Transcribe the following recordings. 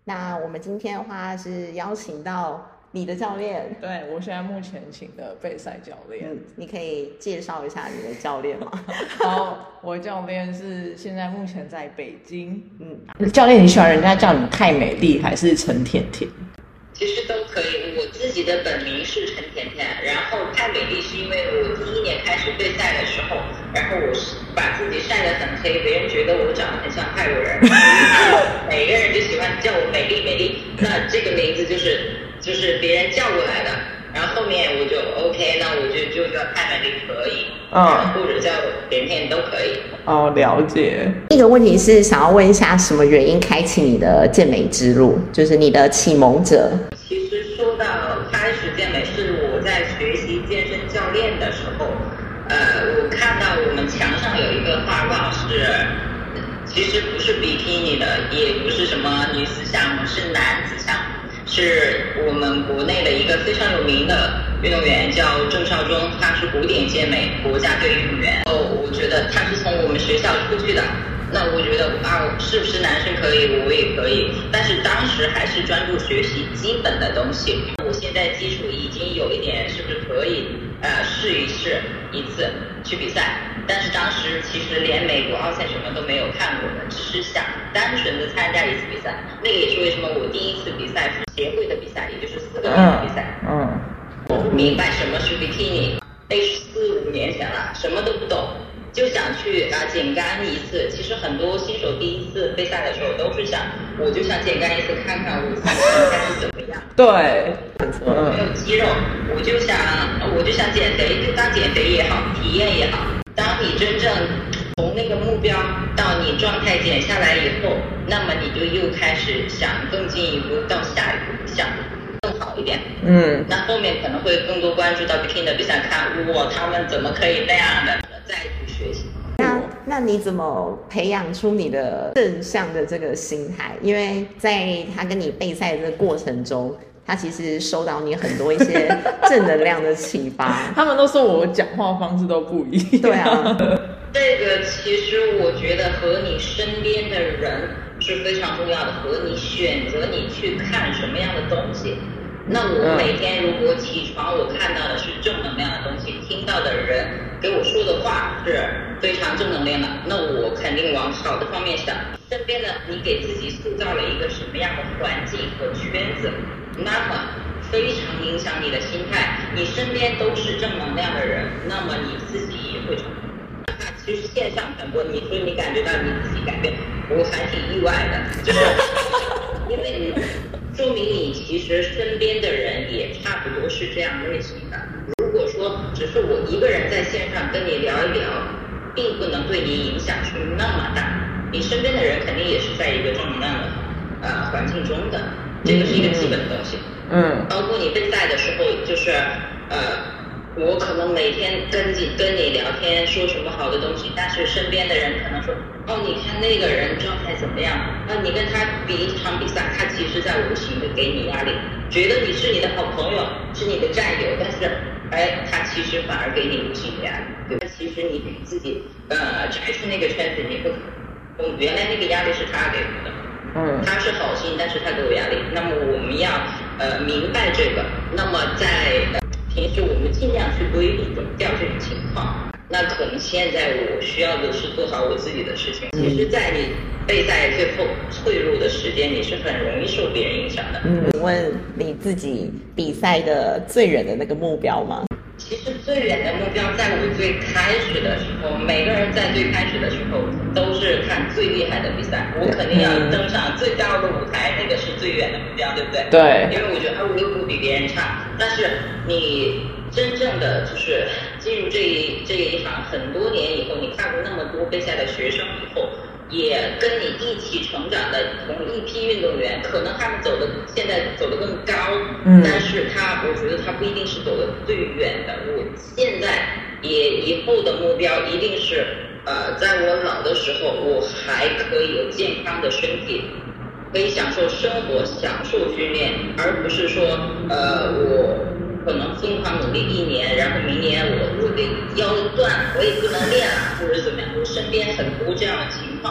那我们今天的话是邀请到你的教练， 对，我现在目前请的备赛教练。 你可以介绍一下你的教练吗？ 好，我教练是现在目前在北京。教练，你喜欢人家叫你太美丽还是陈甜甜？ 其实都可以，我自己的本名是陈甜甜，然后太美丽是因为我第一年开始备赛的时候，然后我是把自己晒得很黑，别人觉得我长得很像泰国人，每个人就喜欢叫我美丽美丽，那这个名字就是别人叫过来的，然后后面我就 OK， 那我就叫太美丽可以，或者叫甜甜都可以。 哦，了解。 第一个问题是想要问一下，什么原因开启你的健美之路？就是你的启蒙者。 其实说到开始健美，是我在学习健身教练的时候，我看到我们墙上有一个画报是，其实不是比基尼的，也不是什么女子项目，是男子项目，是我们国内的一个非常有名的运动员叫郑少忠，他是古典健美国家队运动员。我觉得他是从我们学校出去的，那我觉得是不是男生可以，我也可以，但是当时还是专注学习基本的东西。我现在基础已经有一点，是不是可以试一试一次去比赛？但是当时其实连美国奥赛什么都没有看过的，只是想单纯的参加一次比赛。那个也是为什么我第一次比赛是协会的比赛，也就是4个月的比赛。我明白什么是比基尼，那是4、5年前了，什么都不懂。就想去减干一次，其实很多新手第一次备赛的时候都是想，我就想减干一次，看看我自己应该是怎么样。 对， 没有肌肉，我就想减肥，就当减肥也好，体验也好。当你真正从那个目标到你状态减下来以后，那么你就又开始想更进一步到下一步，想更好一点。那后面可能会更多关注到 bikini 的比赛，看他们怎么可以那样的，再去学习。 那你怎么培养出你的正向的这个心态？因为在他跟你备赛的这个过程中，他其实收到你很多一些正能量的启发。 他们都说我讲话方式都不一样。 对啊， 这个其实我觉得和你身边的人是非常重要的，和你选择你去看什么样的东西。那我每天如果起床，我看到的是正能量的东西，听到的人给我说的话是非常正能量的，那我肯定往好的方面想。身边的你给自己塑造了一个什么样的环境和圈子，那么非常影响你的心态。你身边都是正能量的人，那么你自己也会成功。那其实线上传播，你说你感觉到你自己改变，我还挺意外的，就是因为说明你其实身边的人也差不多是这样类型的。如果说只是我一个人在线上跟你聊一聊，并不能对你影响出那么大，你身边的人肯定也是在一个正能量的环境中的，这个是一个基本的东西。包括你备赛的时候，就是我可能每天跟你聊天，说什么好的东西，但是身边的人可能说，你看那个人状态怎么样？你跟他比一场比赛，他其实在无形的给你压力，觉得你是你的好朋友，是你的战友，但是他其实反而给你无形的压力，对吧？其实你给自己拆出那个圈子，你会原来那个压力是他给我的。他是好心，但是他给我压力。那么我们要明白这个，那么在平时我们尽量去规避掉这种情况。那可能现在我需要的是做好我自己的事情。其实，在你备赛最后脆弱的时间，你是很容易受别人影响的。 请问你自己比赛的最远的那个目标吗？ 其实最远的目标，在我最开始的时候，每个人在最开始的时候都是看最厉害的比赛，我肯定要登上最高的舞台，那个是最远的目标，对不对？ 对。 因为我觉得我又不比别人差，但是你真正的就是进入这一行很多年以后，你看过那么多备赛的学生以后，也跟你一起成长的同一批运动员，可能他们现在走得更高，但是我觉得他不一定是走得最远的。我现在以后的目标一定是，在我老的时候，我还可以有健康的身体，可以享受生活，享受训练，而不是说，我可能疯狂努力1年，然后明年我腰断，我也不能练了，或者怎么样。我身边很多这样的情况，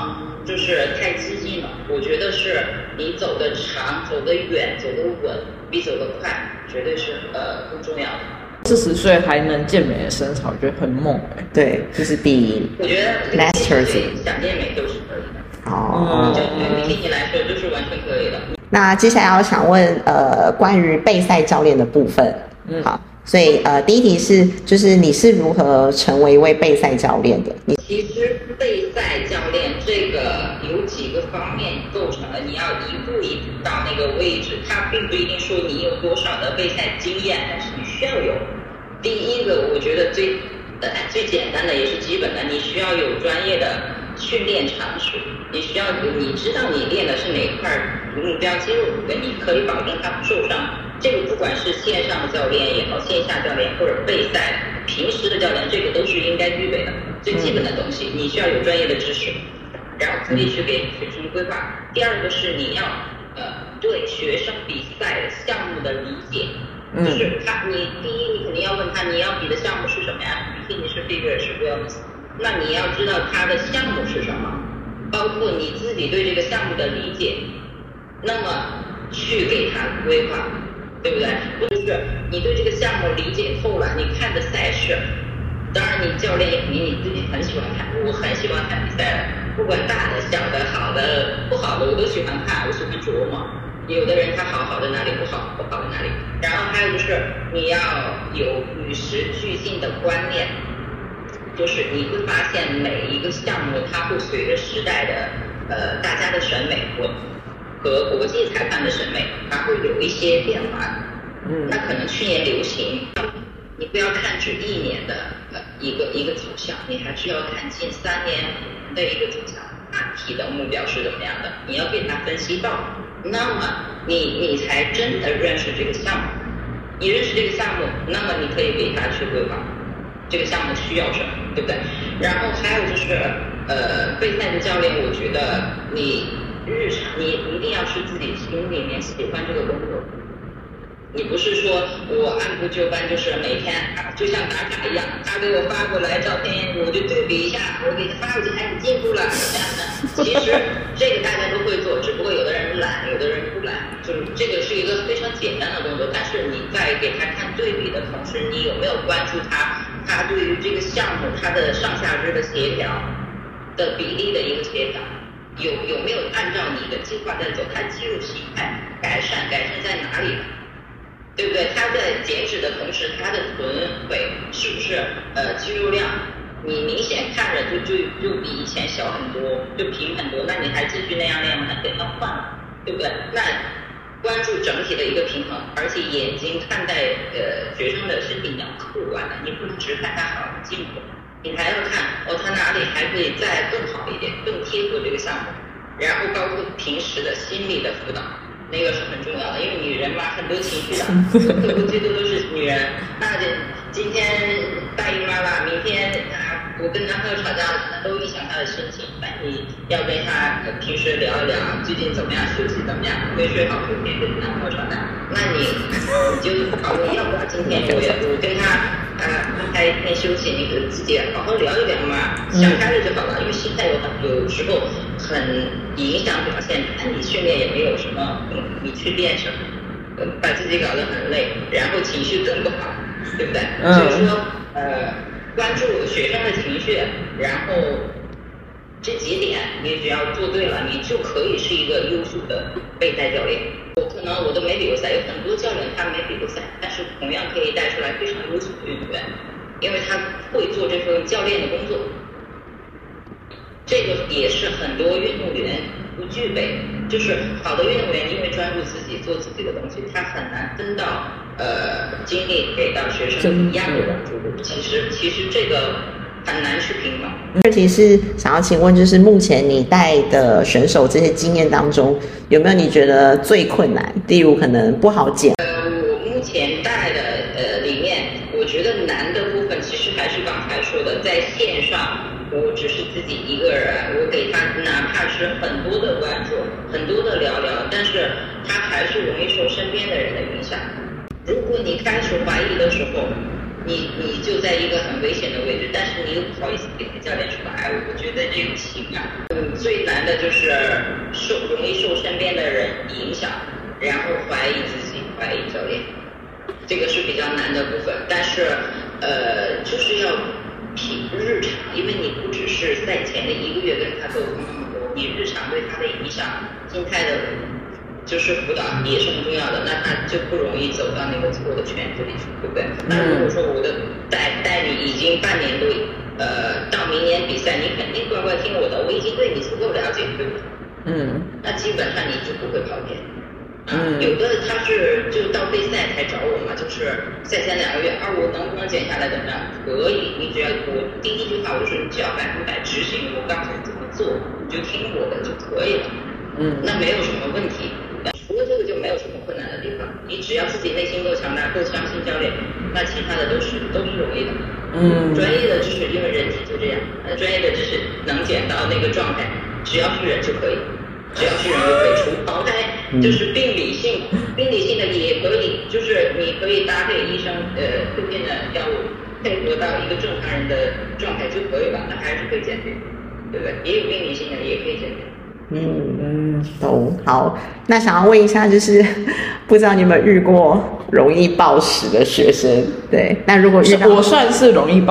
就是太激进了。我觉得是你走得长、走得远、走得稳，比走得快绝对是更重要的。 40岁还能健美的身材，我觉得很猛对，就是比我觉得 Masters 想健美都是可以的。 哦， 就对你来说就是完全可以的。 那接下来我想问关于备赛教练的部分，好，所以第一题是就是你是如何成为一位备赛教练的？ 其实备赛教练这个有几个方面构成了，你要一步一步到那个位置，它并不一定说你有多少的备赛经验，但是你需要有。第一个，我觉得最简单的也是基本的，你需要有专业的训练常识，你需要你知道你练的是哪一块目标肌肉部位，你可以保证它不受伤。这个不管是线上的教练也好，线下教练或者备赛平时的教练，这个都是应该具备的最基本的东西。你需要有专业的知识，然后可以去给学生规划。第二个是你要对学生比赛项目的理解。就是你第一，你肯定要问他你要比的项目是什么呀？比如你是 figure 是 wheels， 那你要知道他的项目是什么，包括你自己对这个项目的理解，那么去给他规划，对不对？不是你对这个项目理解透了，你看的赛事，当然你教练你自己很喜欢看，我很喜欢看比赛，不管大的、小的、好的、不好的，我都喜欢看，我喜欢琢磨。有的人他好在哪里，不好在哪里。然后还有就是你要有与时俱进的观念，就是你会发现每一个项目它会随着时代的大家的审美和国际裁判的审美，它会有一些变化。那可能去年流行，你不要看只1年的一个走向，你还是要看近3年的一个走向，大体的目标是怎么样的，你要给它分析到。那么你才真的认识这个项目，你认识这个项目，那么你可以给他去规划这个项目需要什么，对不对？然后还有就是备赛的教练，我觉得你日常你一定要是自己心里面喜欢这个工作，你不是说我按部就班，就是每天就像打卡一样，他给我发过来照片，我就对比一下，我给他发过去，你进步了怎么样的？其实这个大家都会做，只不过有的人懒，有的人不懒，就是这个是一个非常简单的动作。但是你在给他看对比的同时，你有没有关注他对于这个项目他的上下肢的协调的比例的一个协调？有没有按照你的计划在走？他肌肉形态改善在哪里？对不对？他在减脂的同时，他的臀腿是不是肌肉量？你明显看着就比以前小很多，就平很多，那你还继续那样练吗？那肯定要换了，对不对？那关注整体的一个平衡，而且眼睛看待学生的身体你要客观的，你不能只看他好的进步，你还要看他哪里还可以再更好一点，更贴合这个项目，然后包括平时的心理的辅导。那个是很重要的，因为女人嘛，很多情绪的，客户最多都是女人。那今天大姨妈了，明天我跟男朋友吵架，那都影响她的心情。那你要跟她平时聊一聊，最近怎么样，休息怎么样，没睡好，昨天跟男朋友吵架，那你就考虑要不要今天我跟他安排一天休息，你跟自己好好聊一聊嘛，想开了就好了，因为心态有时候很影响表现。那你训练也没有什么，你去练什么，把自己搞得很累，然后情绪更不好，对不对？所以说关注学生的情绪，然后这几点你只要做对了，你就可以是一个优秀的备赛教练。可能我都没比过赛，有很多教练他没比过赛，但是同样可以带出来非常优秀的运动员，因为他会做这份教练的工作。这个也是很多运动员不具备，就是好的运动员因为专注自己做自己的东西，他很难分到精力给到学生一样的关注。其实这个很难去平衡。 第二题是想要请问，就是目前你带的选手这些经验当中，有没有你觉得最困难？例如可能不好减。 我目前带的里面，我觉得难的部分其实还是刚才说的，在线上。我只是自己一个人，我给他哪怕是很多的关注，很多的聊聊，但是他还是容易受身边的人的影响。如果你开始怀疑的时候， 你就在一个很危险的位置，但是你又不好意思给教练说，哎，我觉得这个行啊。最难的就是容易受身边的人影响，然后怀疑自己，怀疑教练，这个是比较难的部分。但是就是要日常，因为你不只是赛前的1个月跟他沟通那么多，你日常对他的影响，心态的。就是辅导也是很重要的，那他就不容易走到那个错的圈子里去，对不对？那如果说我的带你已经半年多，到明年比赛，你肯定乖乖听我的，我已经对你足够了解，对不对？那基本上你就不会跑偏。有的他是就到备赛才找我嘛，就是赛前2个月，我能不能减下来怎么样？可以，你只要我第一句话我就说你只要100%执行我刚才怎么做，你就听我的就可以了。那没有什么问题。除了这个就没有什么困难的地方，你只要自己内心够强大，够相信教练，那其他的都是容易的。专业的知识，因为人体就这样，专业的知识能减到那个状态，只要是人就可以，只要是人就可以。除淘汰就是病理性的也可以，就是你可以搭配医生推荐的药物，配合到一个正常人的状态就可以了，那还是可以减肥，对不对？也有病理性的，也可以减肥。 懂。好，那想要问一下，就是不知道你有没有遇过容易暴食的学生？对，那如果遇到， 我算是容90%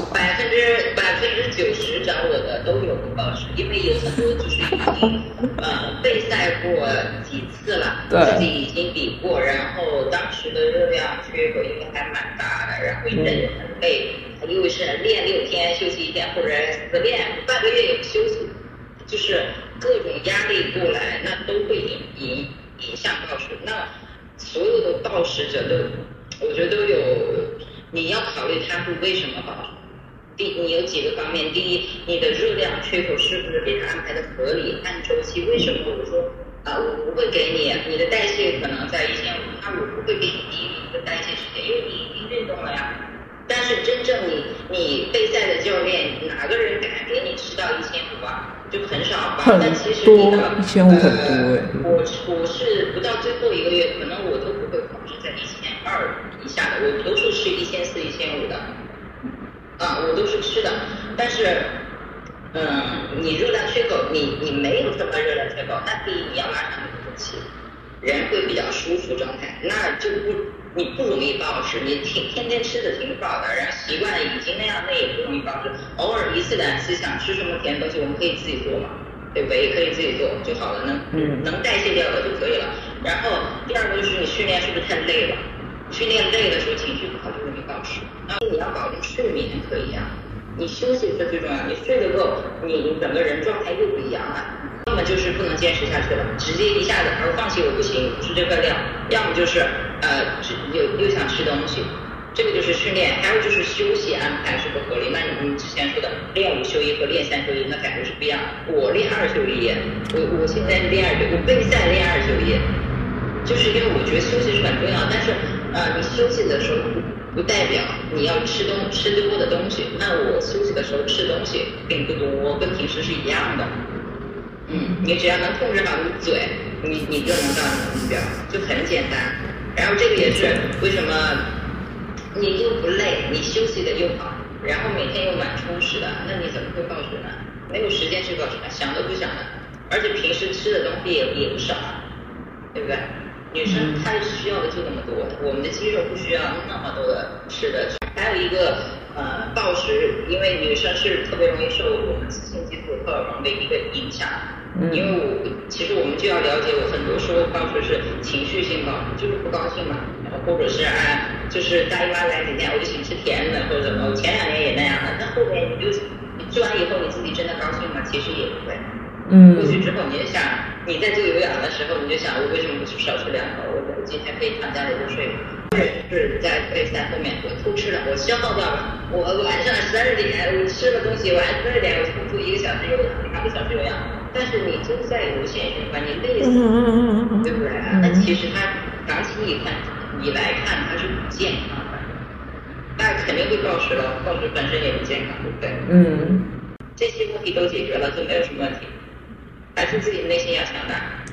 找我的都有过暴食，因为有很多就是已经备赛过几次了，自己已经比过，然后当时的热量缺口应该还蛮大的，然后一阵很累，又是练6天休息1天，或者练半个月也不休息。就是各种压力过来，那都会影响暴食。那所有的暴食者都，我觉得都有，你要考虑他会为什么暴食。你有几个方面，第一，你的热量缺口是不是给他安排的合理，按周期？为什么我说我不会给你的代谢可能在1500，那我不会给你低于一个代谢时间，因为你已经运动了呀。但是真正你备赛的教练，哪个人敢给你吃到1500啊？就很少吧。但其实你到 1500很多我是不到最后1个月，可能我都不会保持在1200以下的，我都是吃1400、1500的。我都是吃的，但是你热量缺口，你没有什么热量缺口，那第一你要马上补气，人会比较舒服状态，那就你不容易暴食，你天天吃的挺饱的，然后习惯已经那样，那也不容易暴食。偶尔1次2次想吃什么甜的东西，我们可以自己做嘛，对不对？也可以自己做就好了，能代谢掉的就可以了。然后第二个就是你训练是不是太累了？训练累的时候情绪不好就容易暴食。然后你要保证睡眠可以啊，你休息是最重要，你睡得够，你整个人状态又不一样了。要么就是不能坚持下去了，直接一下子放弃我不行，不是这块料；要么就是又想吃东西，这个就是训练。还有就是休息安排是不合理。那你之前说的练5休1和练3休1，那感觉是不一样。我练2休1，我现在练2休，我备赛练2休1，就是因为我觉得休息是很重要。但是你休息的时候不代表你要吃多的东西。那我休息的时候吃东西并不多，跟平时是一样的。你只要能控制好你嘴，你就能到你的目标，就很简单。然后这个也是为什么你又不累，你休息的又好，然后每天又蛮充实的，那你怎么会暴食呢？没有时间去暴食，想都不想的。而且平时吃的东西也不少，对不对？女生她需要的就那么多，我们的肌肉不需要那么多的吃的。还有一个暴食，因为女生是特别容易受我们雌性激素荷尔蒙的一个影响。因为其实我们就要了解，我很多时候暴食是情绪性暴食，就是不高兴嘛，或者是就是大姨妈来几天我就想吃甜的或者怎么，我前2年也那样的，那后面你吃完以后你自己真的高兴吗？其实也不会。过去之后你就想，你在做有氧的时候你就想，我为什么不少吃2口？我今天可以躺家里就睡。是在备赛后面我偷吃了，我消耗掉了，我晚上12点我吃了东西，晚上12点我空腹1个小时有氧，2个小时有氧，但是你就在无限循环，你累死，对不对？那其实它长期以来看它是不健康的，那肯定会暴食了，暴食本身也不健康，对不对？这些问题都解决了就没有什么问题，还是自己内心要强大。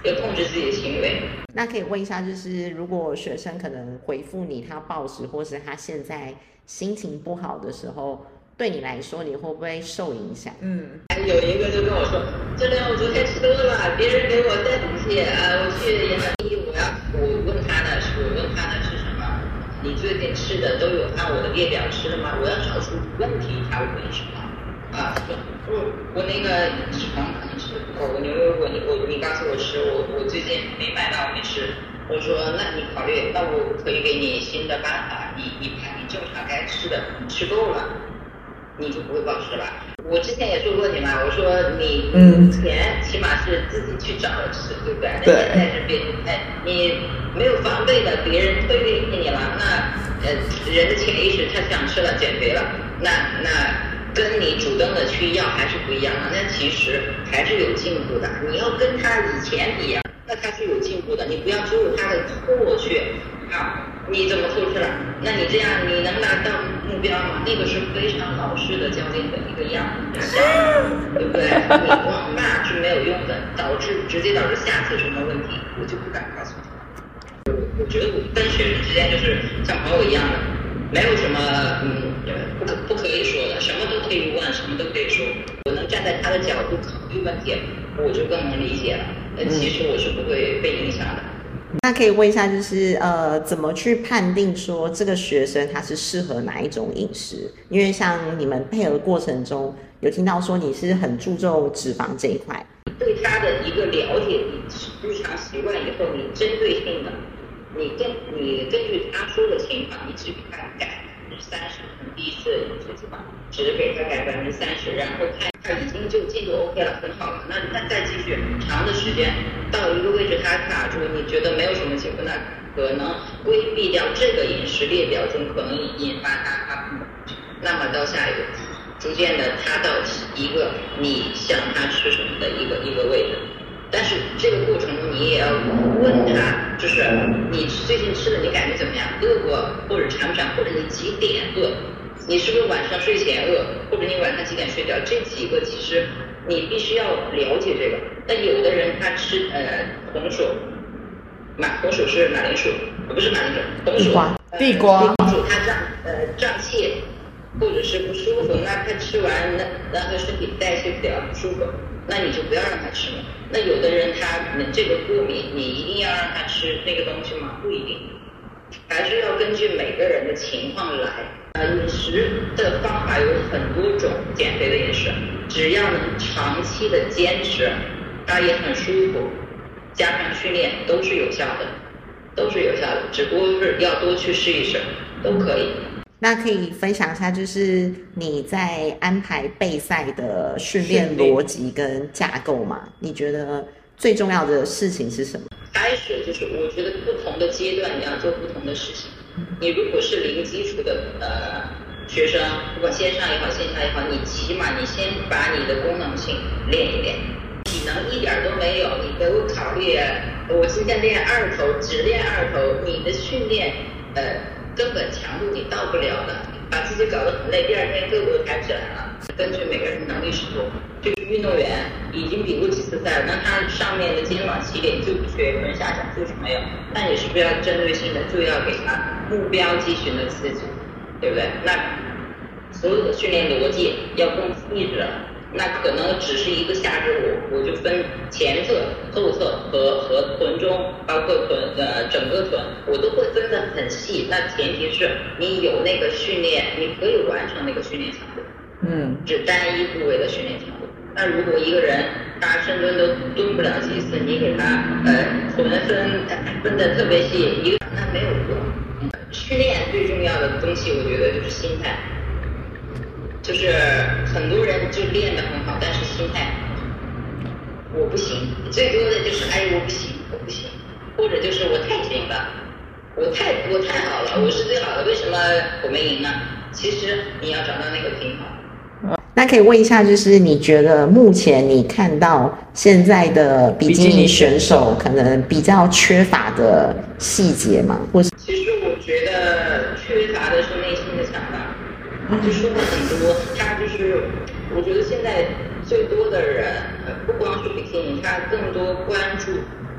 要控制自己的行为。 那可以问一下，就是如果学生可能回复你他暴食，或是他现在心情不好的时候，对你来说你会不会受影响？ 有一个就跟我说，教练，我昨天吃多了，别人给我带东西啊，我去也很我问他的是什么？你最近吃的都有按我的列表吃的吗？我要找出问题，他问什么？我那个脂肪可能吃不够，你告诉我吃，我最近没买到，我没吃。我说那你考虑，那我可以给你新的办法，你看你正常该吃的，你吃够了，你就不会暴食了。我之前也说过你嘛，我说你钱起码是自己去找着吃，对不对？那现在是你没有防备的，别人推给你了，那人的潜意识他想吃了减肥了，那跟你主动的去要还是不一样的，那其实还是有进步的。你要跟他以前比啊，那他是有进步的，你不要追入他的错去啊。你怎么透视了？那你这样你能达到目标吗？那个是非常老式的教练的一个样子，对不对？你光骂是没有用的，直接导致下次什么问题，我就不敢告诉他。我觉得我跟学生之间就是像朋友一样的，没有什么不可以说的，什么都可以问，什么都可以说。我能站在他的角度考虑问题，我就更能理解了。其实我是不会被影响的。 那可以问一下，就是怎么去判定说这个学生他是适合哪一种饮食？因为像你们配合过程中有听到说你是很注重脂肪这一块， 对他的一个了解，你日常习惯以后，你针对性的，你根据他说的情况，你只给他改30%，第一次饮食计划只给他改30%，然后他已经就进度 OK 了，很好了。那再继续长的时间到一个位置他卡住，你觉得没有什么进步，那可能规避掉这个饮食列表中可能引发他那么到下一个，逐渐的他到一个你想他吃什么的一个位置。但是这个过程中你也要问他，就是你最近吃的你感觉怎么样？饿不饿？或者馋不馋？或者你几点饿？你是不是晚上睡前饿？或者你晚上几点睡觉？这几个其实你必须要了解这个。那有的人他吃红薯，红薯是马铃薯，不是马铃薯，红薯地瓜， 红薯它胀气，或者是不舒服，那他吃完让他身体代谢不了不舒服，那你就不要让他吃了。那有的人他这个过敏，你一定要让他吃那个东西吗？不一定，还是要根据每个人的情况来。饮食的方法有很多种，减肥的饮食，只要能长期的坚持，它也很舒服，加上训练都是有效的，只不过是要多去试一试，都可以。 那可以分享一下，就是你在安排备赛的训练逻辑跟架构吗？你觉得最重要的事情是什么？ 开始就是我觉得不同的阶段你要做不同的事情。你如果是零基础的学生，不管线上也好线下也好，你起码你先把你的功能性练一练。体能一点都没有，你给我考虑我今天练2头，只练2头，你的训练根本强度你到不了的，把自己搞得很累，第二天胳膊都抬不起来了。根据每个人能力适度，就是运动员已经比过几次赛了，那他上面的肩膀起点就不缺，臀下项就是没有，那你是不是要针对性的就要给他目标肌群的刺激，对不对？那所有的训练逻辑要更细致了。那可能只是一个下肢我就分前侧、后侧和臀中，包括整个臀，我都会分得很细。那前提是你有那个训练，你可以完成那个训练强度。只单一部位的训练强度。那如果一个人他深蹲都蹲不了几次，你给他臀分得特别细，那没有用。训练最重要的东西，我觉得就是心态。就是很多人就练得很好，但是心态我不行，最多的就是我不行，或者就是我太行了，我太好了，我是最好的，为什么我没赢呢？其实你要找到那个平衡。 那可以问一下，就是你觉得目前你看到现在的比基尼选手可能比较缺乏的细节吗？或是其实我觉得缺乏的是内心的强大。就说了很多，他就是我觉得现在最多的人不光是比基尼，他更多关注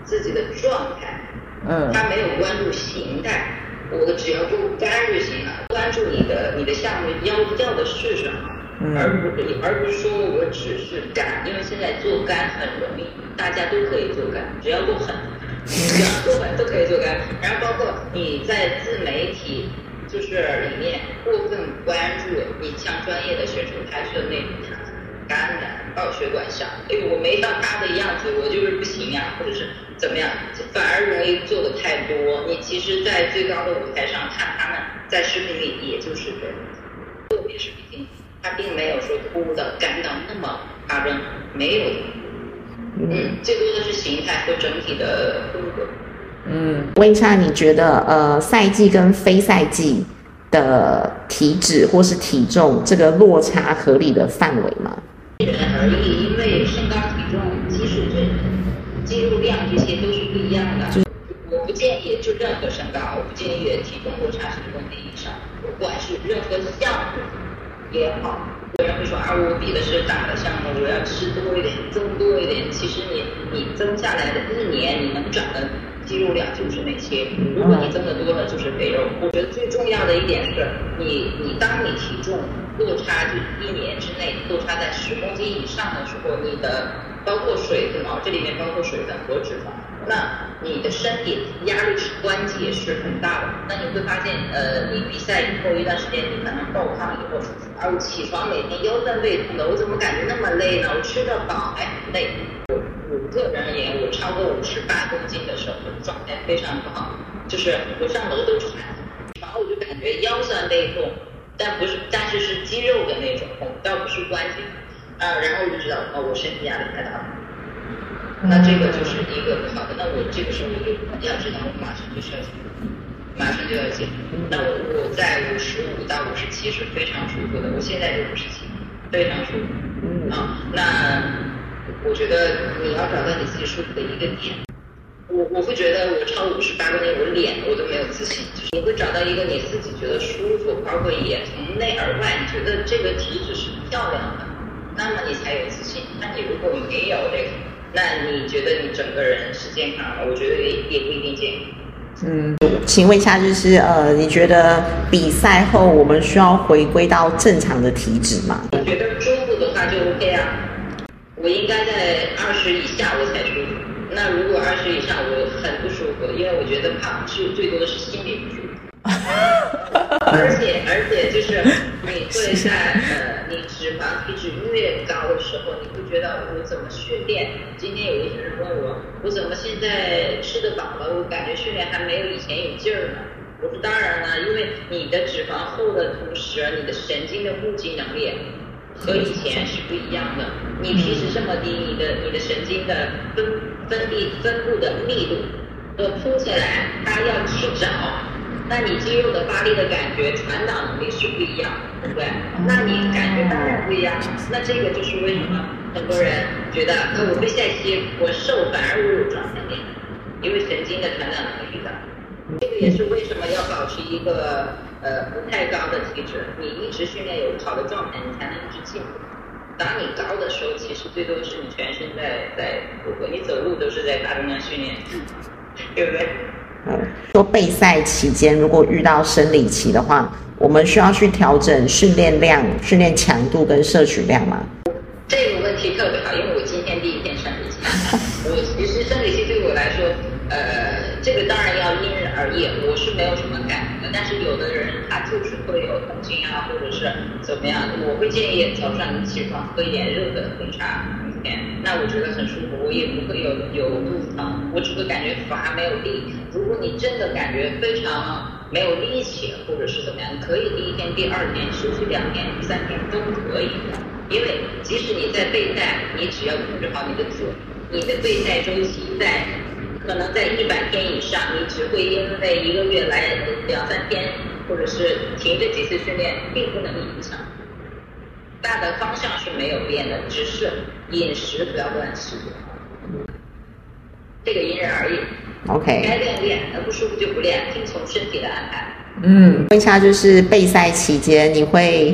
自己的状态，他没有关注形态。我只要够干就行了，关注你的项目要的是什么，而不是说我只是干，因为现在做干很容易，大家都可以做干，只要够狠，只要够狠都可以做干。然后包括你在自媒体就是里面过分关注你像专业的选手拍摄那种干的爆血管上，我没到他的样子，我就是不行呀，或者是怎么样，反而容易做的太多。你其实，在最高的舞台上看他们在视频里，也就是这样，特别是比基尼，他并没有说凸的干到那么夸张，没有的。最多的是形态和整体的风格。 问一下，你觉得赛季跟非赛季的体脂或是体重这个落差合理的范围吗？ 因人而异，因为身高、体重、肌肉量这些都是不一样的。我不建议就任何身高，我不建议体重落差10公斤以上，不管是任何项目也好。有人会说我比的是大的项目，我要吃多一点，增多一点。其实你增下来的1年，你能长的肌肉量就是那些。如果你增的多了，就是肥肉。我觉得最重要的一点是，当你体重落差就1年之内落差在10公斤以上的时候，你的包括水分这里面包括水分和脂肪，那你的身体压力关节是很大的。那你会发现，你比赛以后一段时间，你可能爆胖以后，我起床每天腰酸背痛的，我怎么感觉那么累呢？我吃得饱还很累。我个人而言，我超过58公斤的时候，状态非常不好，就是我上楼都喘，然后我就感觉腰酸背痛，但是是肌肉的那种痛，倒不是关节。然后我就知道我身体压力太大了。那这个就是一个不好的，那我这个时候我就要知道，我马上就要减，马上就要减。那我在55到57是非常舒服的，我现在就57，非常舒服。那我觉得你要找到你自己舒服的一个点。我会觉得我超58公斤，我脸我都没有自信。就是你会找到一个你自己觉得舒服，包括也从内而外，你觉得这个体脂是漂亮的，那么你才有自信。那你如果没有这个，那你觉得你整个人是健康的？我觉得也不一定健康。 请问一下，就是你觉得比赛后我们需要回归到正常的体脂吗？ 我觉得舒服的话就 OK 啊。我应该在20以下我才舒服。那如果20以上我很不舒服，因为我觉得胖是最多的是心理不舒服。而且就是你会在你脂肪体脂越高的时候，你会觉得我怎么训练？今天有一些人问我怎么现在吃得饱了，我感觉训练还没有以前有劲儿呢。我说当然了，因为你的脂肪厚的同时，你的神经的募集能力和以前是不一样的。你皮脂这么低，你的神经的分布的密度都凸起来，它要去找。那你肌肉的发力的感觉、传导能力是不一样的，对不对？那你感觉当然不一样。那这个就是为什么很多人觉得，我备赛期我瘦反而我有状态点，因为神经的传导能力大。这个也是为什么要保持一个不太高的体脂，你一直训练有好的状态，你才能一直进步。当你高的时候，其实最多是你全身在如果你走路都是在大重量训练，对不对？ 说备赛期间如果遇到生理期的话，我们需要去调整训练量、训练强度跟摄取量吗？ 这个问题特别好，因为我今天第一天生理期，其实生理期对我来说，这个当然要因人而异，我是没有什么感觉的，但是有的人他就是会有痛经啊，或者是怎么样，我会建议早上你起床喝一点热的红茶，那我觉得很舒服，我也不会有肚子疼，我只会感觉乏没有力。如果你真的感觉非常没有力气，或者是怎么样，可以第一天、第二天休息2天、第3天都可以的。因为即使你在备赛，你只要控制好你的嘴，你的备赛周期可能在100天以上，你只会因为1个月来2、3天，或者是停这几次训练，并不能影响。大的方向是没有变的，只是饮食不要乱吃。这个因人而异。 OK。 该练，不舒服就不练，听从身体的安排。 问一下，就是备赛期间，你会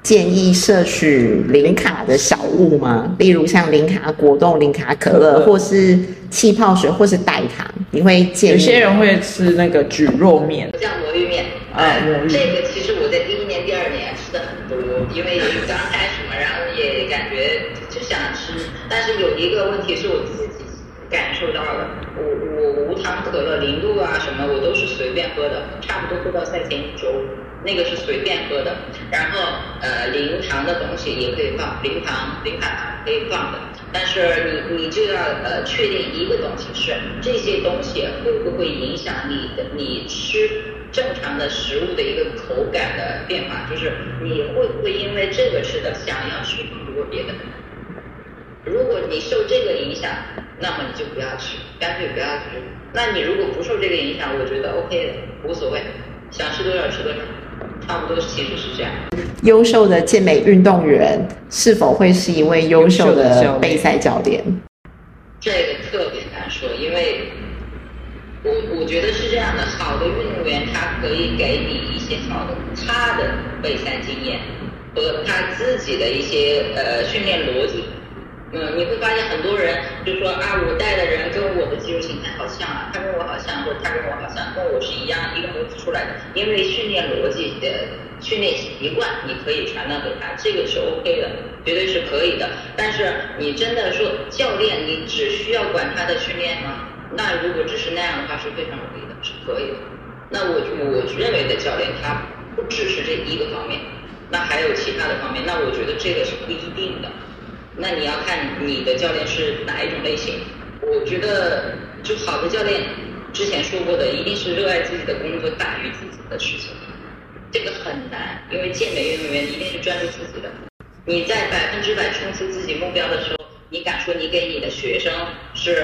建议摄取零卡的小物吗？例如像零卡果冻、零卡可乐，或是气泡水，或是代糖，你会建议？ 有些人会吃那个蒟蒻面， 像魔芋面这个其实我在第1年、第2年吃的很多，因为刚开始嘛，然后也感觉就想吃，但是有一个问题是我自己感受到的，我无糖可乐0度啊什么我都是随便喝的，差不多喝到赛前1周，那个是随便喝的。然后零糖的东西也可以放，零卡糖可以放的，但是你就要确定一个东西是这些东西会不会影响你吃正常的食物的一个口感的变化，就是你会不会因为这个吃的想要吃更多别的。如果你受这个影响，那么你就不要吃，干脆不要吃。那你如果不受这个影响，我觉得 OK 的，无所谓，想吃多少吃多少，差不多其实是这样。 优秀的健美运动员是否会是一位优秀的备赛教练？ 这个特别难说，因为我觉得是这样的，好的运动员他可以给你一些好的他的备赛经验和他自己的一些训练逻辑。你会发现很多人就说啊，我带的人跟我的肌肉形态好像啊，他跟我好像，或者他跟我好像，跟我是一样一个模子出来的。因为训练逻辑的训练习惯，你可以传达给他，这个是 OK 的，绝对是可以的。但是你真的说教练，你只需要管他的训练吗？那如果只是那样的话，是非常容易的，是可以的。那我认为的教练，他不只是这一个方面，那还有其他的方面，那我觉得这个是不一定的。那你要看你的教练是哪一种类型。我觉得就好的教练之前说过的，一定是热爱自己的工作大于自己的事情，这个很难，因为健美运动员一定是专注自己的。你在100%冲刺自己目标的时候，你敢说你给你的学生是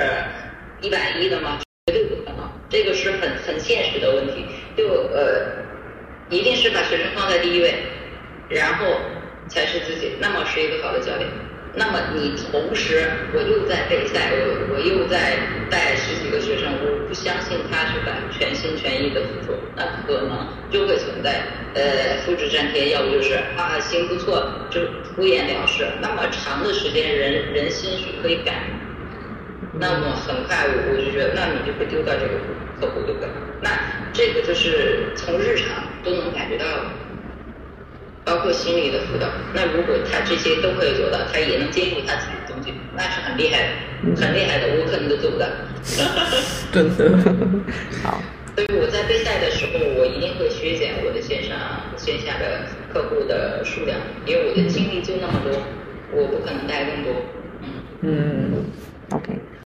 110%的吗？绝对不可能，这个是很现实的问题。就一定是把学生放在第一位，然后才是自己，那么是一个好的教练。那么你同时我又在备赛，我又在带10几个学生，我不相信他是全心全意的付出，那可能就会存在复制粘贴，要不就是啊行不错就敷衍了事。那么长的时间人心是可以改，那么很快我就觉得，那你就会丢到这个客户，对不对？那这个就是从日常都能感觉到的。包括心理的辅导，那如果他这些都可以做到，他也能兼顾他自己的东西，那是很厉害的，很厉害的，我可能都做不到。 真的。 好。 所以我在备赛的时候，我一定会削减我的线下的客户的数量，因为我的精力就那么多，我不可能带更多。 OK。